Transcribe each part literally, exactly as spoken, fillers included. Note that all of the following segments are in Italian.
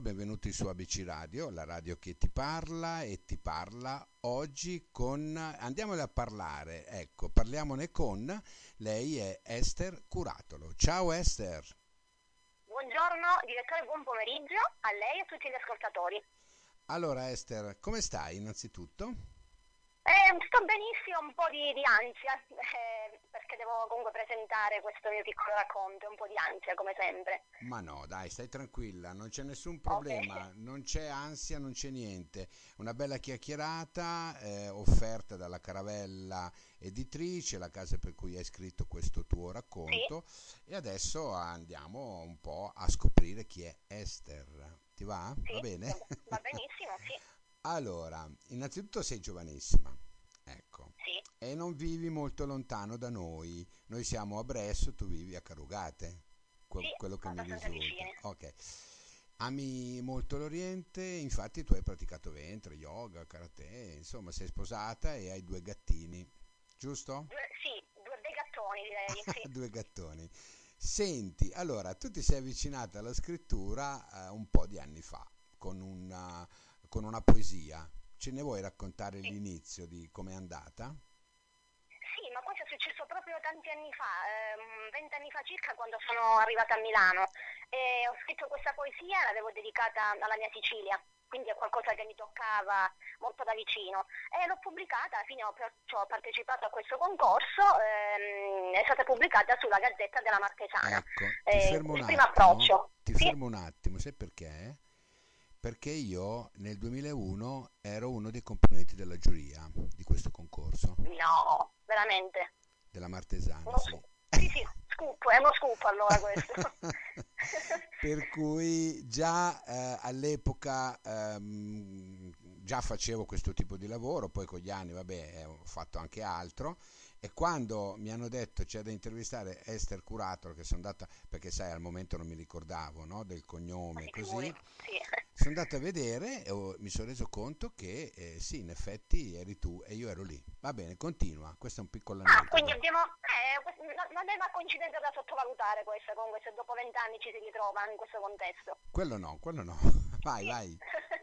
benvenuti su A B C Radio, la radio che ti parla e ti parla oggi con... Andiamole a parlare, ecco, parliamone con... Lei è Ester Curatolo. Ciao Ester. Buongiorno direttore, buon pomeriggio a lei e a tutti gli ascoltatori. Allora Ester, come stai innanzitutto? Eh, sto benissimo, un po' di, di ansia, eh, perché devo comunque presentare questo mio piccolo racconto, un po' di ansia come sempre. Ma no, dai, stai tranquilla, non c'è nessun Ok, problema, non c'è ansia, non c'è niente. Una bella chiacchierata eh, offerta dalla Caravella Editrice, la casa per cui hai scritto questo tuo sì, racconto, e adesso andiamo un po' a scoprire chi è Ester. Ti va? Va sì, bene? va, va benissimo, sì, Allora, innanzitutto sei giovanissima, ecco, sì, e non vivi molto lontano da noi. Noi siamo a Bresso, tu vivi a Carugate, que- sì, quello che mi abbastanza risulta. vicini. Ok. Ami molto l'Oriente, infatti tu hai praticato ventre, yoga, karate, insomma sei sposata e hai due gattini, giusto? Due, sì, due bei gattoni direi, sì. Due gattoni. Senti, allora tu ti sei avvicinata alla scrittura eh, un po' di anni fa con una, con una poesia. Ce ne vuoi raccontare Sì. l'inizio di com'è andata? Sì, ma questo è successo proprio tanti anni fa, ehm, vent'anni fa circa, quando sono arrivata a Milano. E ho scritto questa poesia, l'avevo dedicata alla mia Sicilia, quindi è qualcosa che mi toccava molto da vicino. E l'ho pubblicata, alla fine ho, perciò partecipato a questo concorso, ehm, è stata pubblicata sulla Gazzetta della Martesana, Ecco, ti eh, fermo un il primo attimo, approccio. ti Sì? fermo un attimo, sai perché? Perché io nel duemilauno ero uno dei componenti della giuria di questo concorso, No, veramente. della Martesana, Uno sì. scoop. Sì, sì, scoop, è uno scoop allora questo. Per cui già eh, all'epoca ehm, già facevo questo tipo di lavoro, poi con gli anni vabbè eh, ho fatto anche altro, e quando mi hanno detto c'è da intervistare Ester Curator, che sono andata, perché sai al momento non mi ricordavo, no, del Ma cognome, si figuri, così sì. sono andato a vedere e ho- mi sono reso conto che eh, sì, in effetti eri tu e io ero lì. Va bene, continua, questo è un piccolo Ah, quindi aneddoto. abbiamo... Eh, quest- no- non è una coincidenza da sottovalutare questa, comunque, se dopo vent'anni ci si ritrova in questo contesto. Quello no, quello no. Vai, Sì. vai.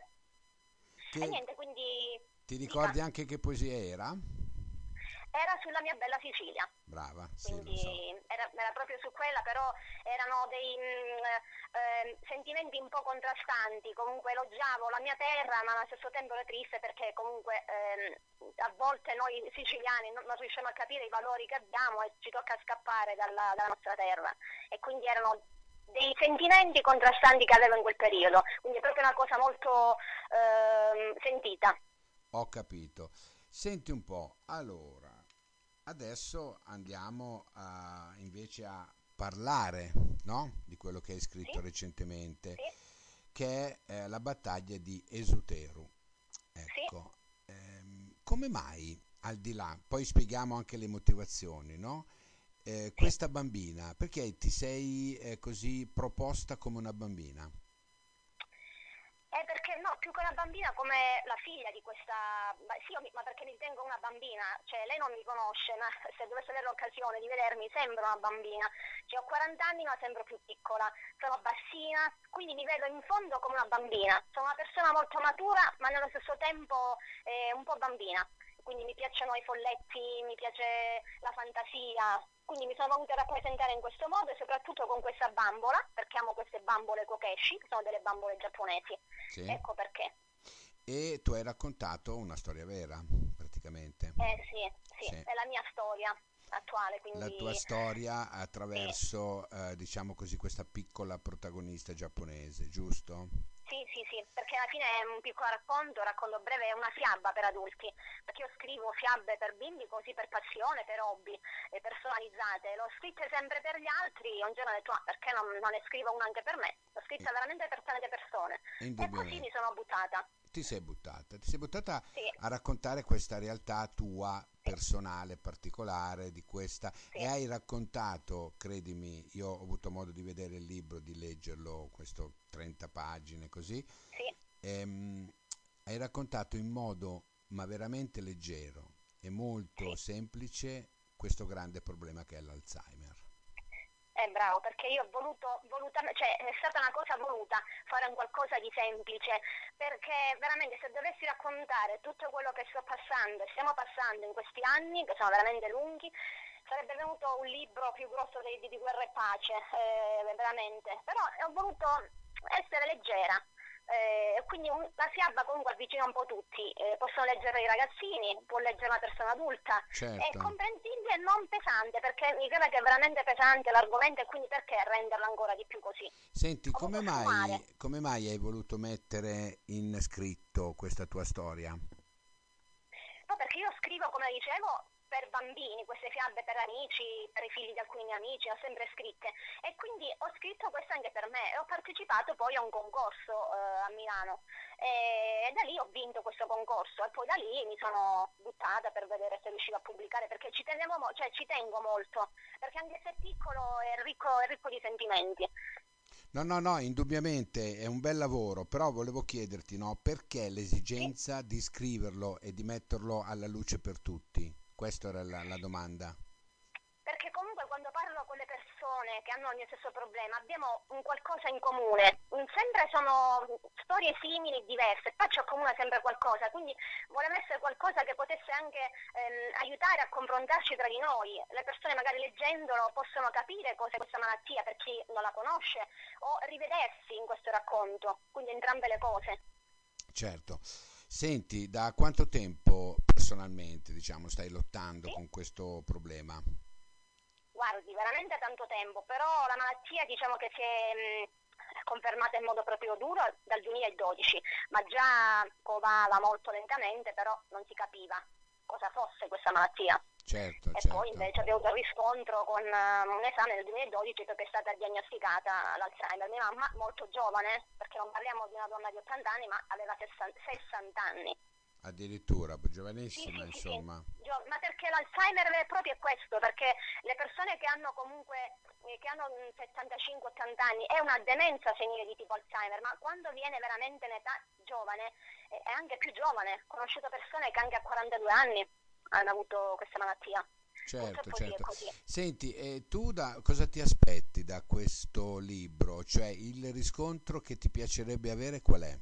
E Che, niente, quindi... ti Dica. ricordi anche che poesia era? Era sulla mia bella Sicilia, Brava, sì, lo so. quindi era, era proprio su quella, però erano dei mm, eh, sentimenti un po' contrastanti. Comunque elogiavo la mia terra, ma allo stesso tempo ero triste perché comunque ehm, a volte noi siciliani non, non riusciamo a capire i valori che abbiamo e ci tocca scappare dalla, dalla nostra terra. E quindi erano dei sentimenti contrastanti che avevo in quel periodo, quindi è proprio una cosa molto ehm, sentita. Ho capito. Senti un po', allora, adesso andiamo a, invece a parlare, no? Di quello che hai Sì? scritto recentemente, Sì? che è eh, la battaglia di Esuteru. Sì? Ecco, ehm, come mai, al di là, poi spieghiamo anche le motivazioni, no? Eh, Sì? questa bambina, perché ti sei eh, così proposta come una bambina? Eh, perché no, più che una bambina, come la figlia di questa... ma sì, io mi- ma perché mi ritengo una bambina, cioè lei non mi conosce, ma se dovesse avere l'occasione di vedermi sembro una bambina, cioè ho quaranta anni ma sembro più piccola, sono bassina, quindi mi vedo in fondo come una bambina, sono una persona molto matura ma nello stesso tempo eh, un po' bambina, quindi mi piacciono i folletti, mi piace la fantasia, quindi mi sono voluta rappresentare in questo modo e soprattutto con questa bambola, perché amo queste bambole kokeshi, che sono delle bambole giapponesi. Sì? Ecco perché. E tu hai raccontato una storia vera, praticamente. Eh sì, sì, Sì. è la mia storia attuale, La tua quindi storia sì. attraverso, eh, diciamo così, questa piccola protagonista giapponese, giusto? Sì, sì, sì, perché alla fine è un piccolo racconto, racconto breve, è una fiaba per adulti, perché io scrivo fiabe per bimbi così per passione, per hobby, eh, personalizzate. L'ho scritte sempre per gli altri, un giorno ho detto, ah, perché non, non ne scrivo una anche per me? L'ho scritta veramente per tante persone. E così mi Indubbiamente. sono buttata. Ti sei buttata, ti sei buttata Sì, a raccontare questa realtà tua, sì, personale, particolare, di questa, sì, e hai raccontato, credimi, io ho avuto modo di vedere il libro, di leggerlo, questo trenta pagine così, sì, ehm, hai raccontato in modo ma veramente leggero e molto sì. semplice questo grande problema che è l'Alzheimer. è bravo, perché io ho voluto, volutamente, cioè è stata una cosa voluta fare un qualcosa di semplice, perché veramente se dovessi raccontare tutto quello che sto passando e stiamo passando in questi anni, che sono veramente lunghi, sarebbe venuto un libro più grosso di, di Guerra e Pace, eh, veramente, però ho voluto essere leggera. Eh, quindi un, la fiaba comunque avvicina un po' tutti, eh, possono leggere i ragazzini, può leggere una persona adulta, è Certo. comprensibile e non pesante, perché mi crede che è veramente pesante l'argomento e quindi perché renderlo ancora di più così? Senti, come Comunque sfumare. mai, come mai hai voluto mettere in scritto questa tua storia? No, perché io scrivo, come dicevo, per bambini, queste fiabe per amici, per i figli di alcuni miei amici, ho sempre scritte. E quindi ho scritto questo anche per me e ho partecipato poi a un concorso eh, a Milano. E, e da lì ho vinto questo concorso e poi da lì mi sono buttata per vedere se riuscivo a pubblicare, perché ci tenevo, mo- cioè ci tengo molto, perché anche se è piccolo è ricco, è ricco di sentimenti. No, no, no, indubbiamente è un bel lavoro, però volevo chiederti, no, perché Sì. l'esigenza di scriverlo e di metterlo alla luce per tutti? Questa era la, la domanda. Perché comunque quando parlo con le persone che hanno il mio stesso problema abbiamo un qualcosa in comune. Mm, sempre sono storie simili e diverse, poi ci accomuna sempre qualcosa, quindi voleva essere qualcosa che potesse anche ehm, aiutare a confrontarci tra di noi. Le persone magari leggendolo possono capire cos'è questa malattia per chi non la conosce o rivedersi in questo racconto, quindi entrambe le cose. Certo. Senti, da quanto tempo personalmente, diciamo, stai lottando Sì? con questo problema? Guardi, veramente tanto tempo, però la malattia diciamo che si è mh, confermata in modo proprio duro dal duemiladodici, ma già covava molto lentamente, però non si capiva cosa fosse questa malattia. Certo, E poi certo. invece abbiamo avuto il riscontro con uh, un esame nel duemiladodici perché è stata diagnosticata l'Alzheimer. Mia mamma molto giovane, perché non parliamo di una donna di ottanta anni, ma aveva sessanta anni. Addirittura, Sì, giovanissima, sì, sì, sì. insomma. Gio- ma perché l'Alzheimer vero e proprio è questo, perché le persone che hanno comunque, eh, che hanno mm, settantacinque ottanta anni, è una demenza senile di tipo Alzheimer, ma quando viene veramente in età giovane, eh, è anche più giovane. Ho conosciuto persone che anche a quarantadue anni hanno avuto questa malattia. Certo, Purtroppo sì, è certo. così. Senti, e tu da, cosa ti aspetti da questo libro? Cioè, il riscontro che ti piacerebbe avere qual è?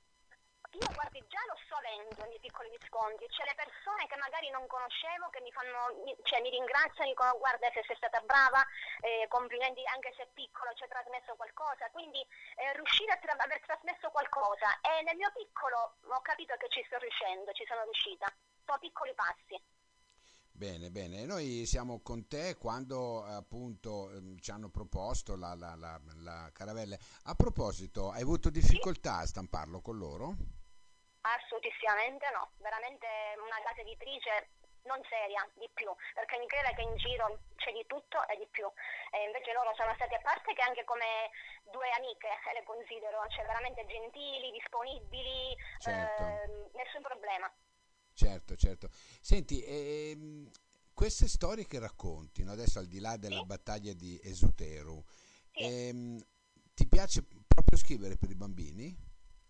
Io guardi già lo sto avendo nei piccoli riscontri, c'è le persone che magari non conoscevo che mi fanno, mi- cioè mi ringraziano, dicono guarda se sei stata brava, eh, complimenti anche se è piccolo, ci hai trasmesso qualcosa, quindi eh, riuscire a tra- aver trasmesso qualcosa e nel mio piccolo ho capito che ci sto riuscendo, ci sono riuscita, sono piccoli passi. Bene, bene. Noi siamo con te quando appunto ehm, ci hanno proposto la, la, la, la caravelle. A proposito, hai avuto Sì? difficoltà a stamparlo con loro? Assolutissimamente no, veramente una casa editrice non seria, di più, perché mi crede che in giro c'è di tutto e di più. E invece loro sono stati, a parte che anche come due amiche le considero, cioè veramente gentili, disponibili, Certo, eh, nessun problema. certo, certo. Senti, ehm, queste storie che racconti, no, adesso al di là Sì? della battaglia di Esuteru, Sì. ehm, ti piace proprio scrivere per i bambini?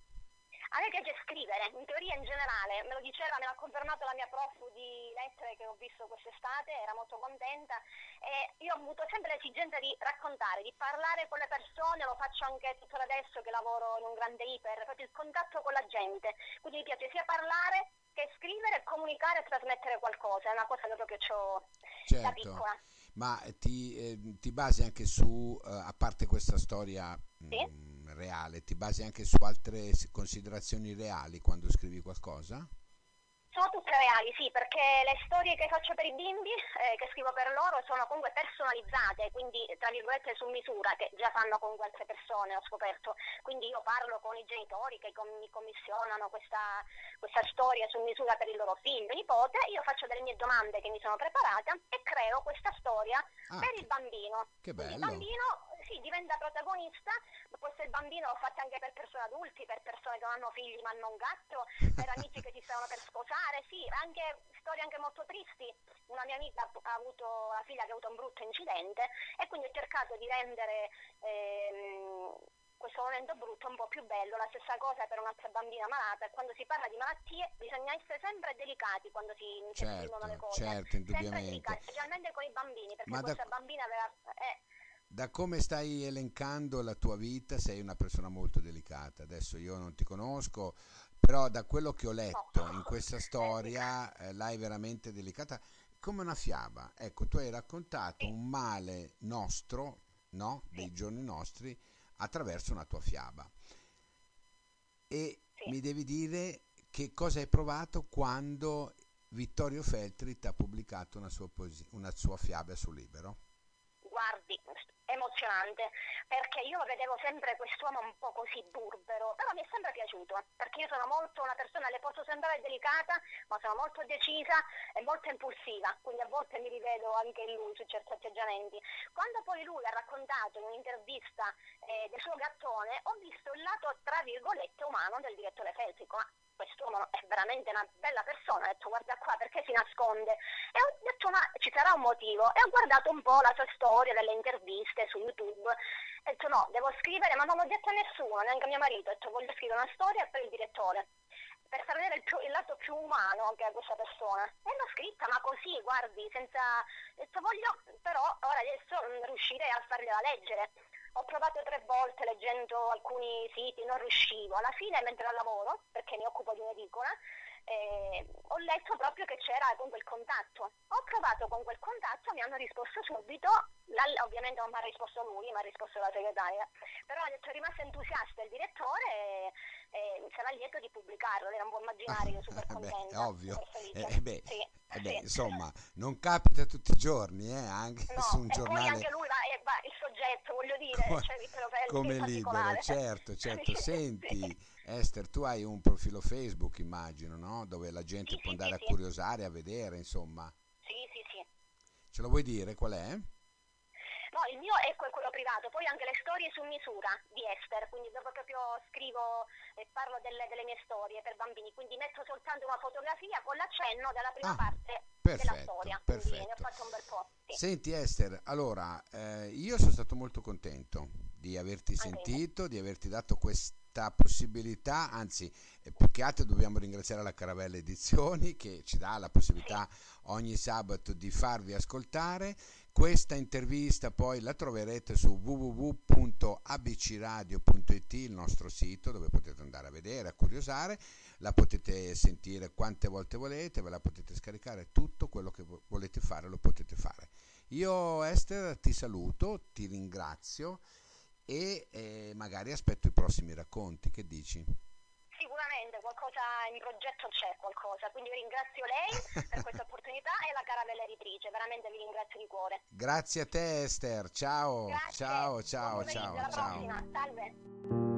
A me piace scrivere, in teoria in generale, me lo diceva, me l'ha confermato la mia prof di lettere che ho visto quest'estate, era molto contenta e io ho avuto sempre l'esigenza di raccontare, di parlare con le persone, lo faccio anche tuttora adesso che lavoro in un grande iper, proprio il contatto con la gente, quindi mi piace sia parlare che scrivere, comunicare e trasmettere qualcosa, è una cosa che proprio ho da Certo, piccola. ma ti, eh, ti basi anche su, eh, a parte questa storia Sì? mh, reale, ti basi anche su altre s- considerazioni reali quando scrivi qualcosa? Sono tutte reali, sì, perché le storie che faccio per i bimbi, eh, che scrivo per loro, sono comunque personalizzate, quindi tra virgolette su misura, che già fanno comunque altre persone, ho scoperto. Quindi io parlo con i genitori che com- mi commissionano questa, questa storia su misura per il loro figlio, nipote, io faccio delle mie domande che mi sono preparata e creo questa storia Ah, per il che, bambino. che Quindi il bello, bambino sì, diventa protagonista, può essere il bambino, l'ho fatto anche per persone adulti, per persone che non hanno figli ma hanno un gatto, per amici che si stavano per sposare, sì, anche storie anche molto tristi. Una mia amica ha avuto una figlia che ha avuto un brutto incidente e quindi ho cercato di rendere ehm, questo momento brutto un po' più bello. La stessa cosa per un'altra bambina malata, e quando si parla di malattie bisogna essere sempre delicati quando si, si esprimono le certo, cose, certo, sempre indubbiamente. delicati, specialmente con i bambini, perché Ma da, questa bambina aveva... Eh, da come stai elencando la tua vita, sei una persona molto delicata. Adesso io non ti conosco, però da quello che ho No. letto in questa Eh sì, storia, eh, l'hai veramente delicata come una fiaba. Ecco, tu hai raccontato sì, un male nostro, no? sì, Dei giorni nostri, attraverso una tua fiaba. E sì. mi devi dire che cosa hai provato quando Vittorio Feltri ti ha pubblicato una sua, poesia, una sua fiaba su Libero. Guardi, emozionante, perché io lo vedevo sempre quest'uomo un po' così burbero, però mi è sempre piaciuto, perché io sono molto una persona, le posso sembrare delicata, ma sono molto decisa e molto impulsiva, quindi a volte mi rivedo anche in lui su certi atteggiamenti. Quando poi lui ha raccontato in un'intervista eh, del suo gattone, ho visto il lato, tra virgolette, umano del direttore Feltri, ma quest'uomo è veramente una bella persona, ho detto guarda qua perché si nasconde e ho detto ma ci sarà un motivo e ho guardato un po' la sua storia delle interviste su YouTube, ho detto no, devo scrivere, ma non l'ho detto a nessuno, neanche a mio marito, ho detto voglio scrivere una storia per il direttore per far vedere il, più, il lato più umano che ha questa persona e l'ho scritta ma così guardi senza ho detto voglio però ora adesso mh, riuscire a fargliela leggere. Ho provato tre volte leggendo alcuni siti, non riuscivo. Alla fine, mentre lavoro, perché mi occupo di un'edicola, eh, ho letto proprio che c'era con quel contatto. Ho provato con quel contatto, mi hanno risposto subito, la, ovviamente non mi ha risposto lui, mi ha risposto la segretaria, però ha detto è rimasto entusiasta il direttore e, e sarà lieto di pubblicarlo. Lei non può immaginare, io super Ah, beh, è contenta, ovvio. super Eh, felice. eh, beh, Sì, eh, beh, sì. insomma, non capita tutti i giorni, eh, anche su No, un e poi giornale anche lui va, eh, va il soggetto, voglio dire, come, cioè Vittorio Feltri in come Libero. particolare. Certo, certo. Sì, Senti, Esther, tu hai un profilo Facebook, immagino, no? Dove la gente sì, può sì, andare sì, a sì, curiosare, a vedere, insomma. sì, sì, sì. Ce lo vuoi dire qual è? No, il mio è que- quello privato, poi anche le storie su misura di Esther, quindi dopo proprio scrivo e parlo delle, delle mie storie per bambini, quindi metto soltanto una fotografia con l'accenno della prima Ah, parte della perfetto, storia, quindi ne ho perfetto. fatto un bel po', sì, Senti Esther, allora, eh, io sono stato molto contento di averti anche io. sentito, di averti dato questa possibilità, anzi, eh, più che altro dobbiamo ringraziare la Caravella Edizioni che ci dà la Sì, possibilità ogni sabato di farvi ascoltare. Questa intervista poi la troverete su w w w punto a b c radio punto i t, il nostro sito dove potete andare a vedere, a curiosare, la potete sentire quante volte volete, ve la potete scaricare, tutto quello che volete fare lo potete fare. Io Esther ti saluto, ti ringrazio e eh, magari aspetto i prossimi racconti, che dici? sicuramente qualcosa in progetto c'è qualcosa, quindi io ringrazio lei per questa opportunità e la caravella editrice, veramente vi ringrazio di cuore. Grazie a te Esther, ciao, Grazie, ciao, buon ciao, pomeriggio, ciao, alla ciao. prossima, salve.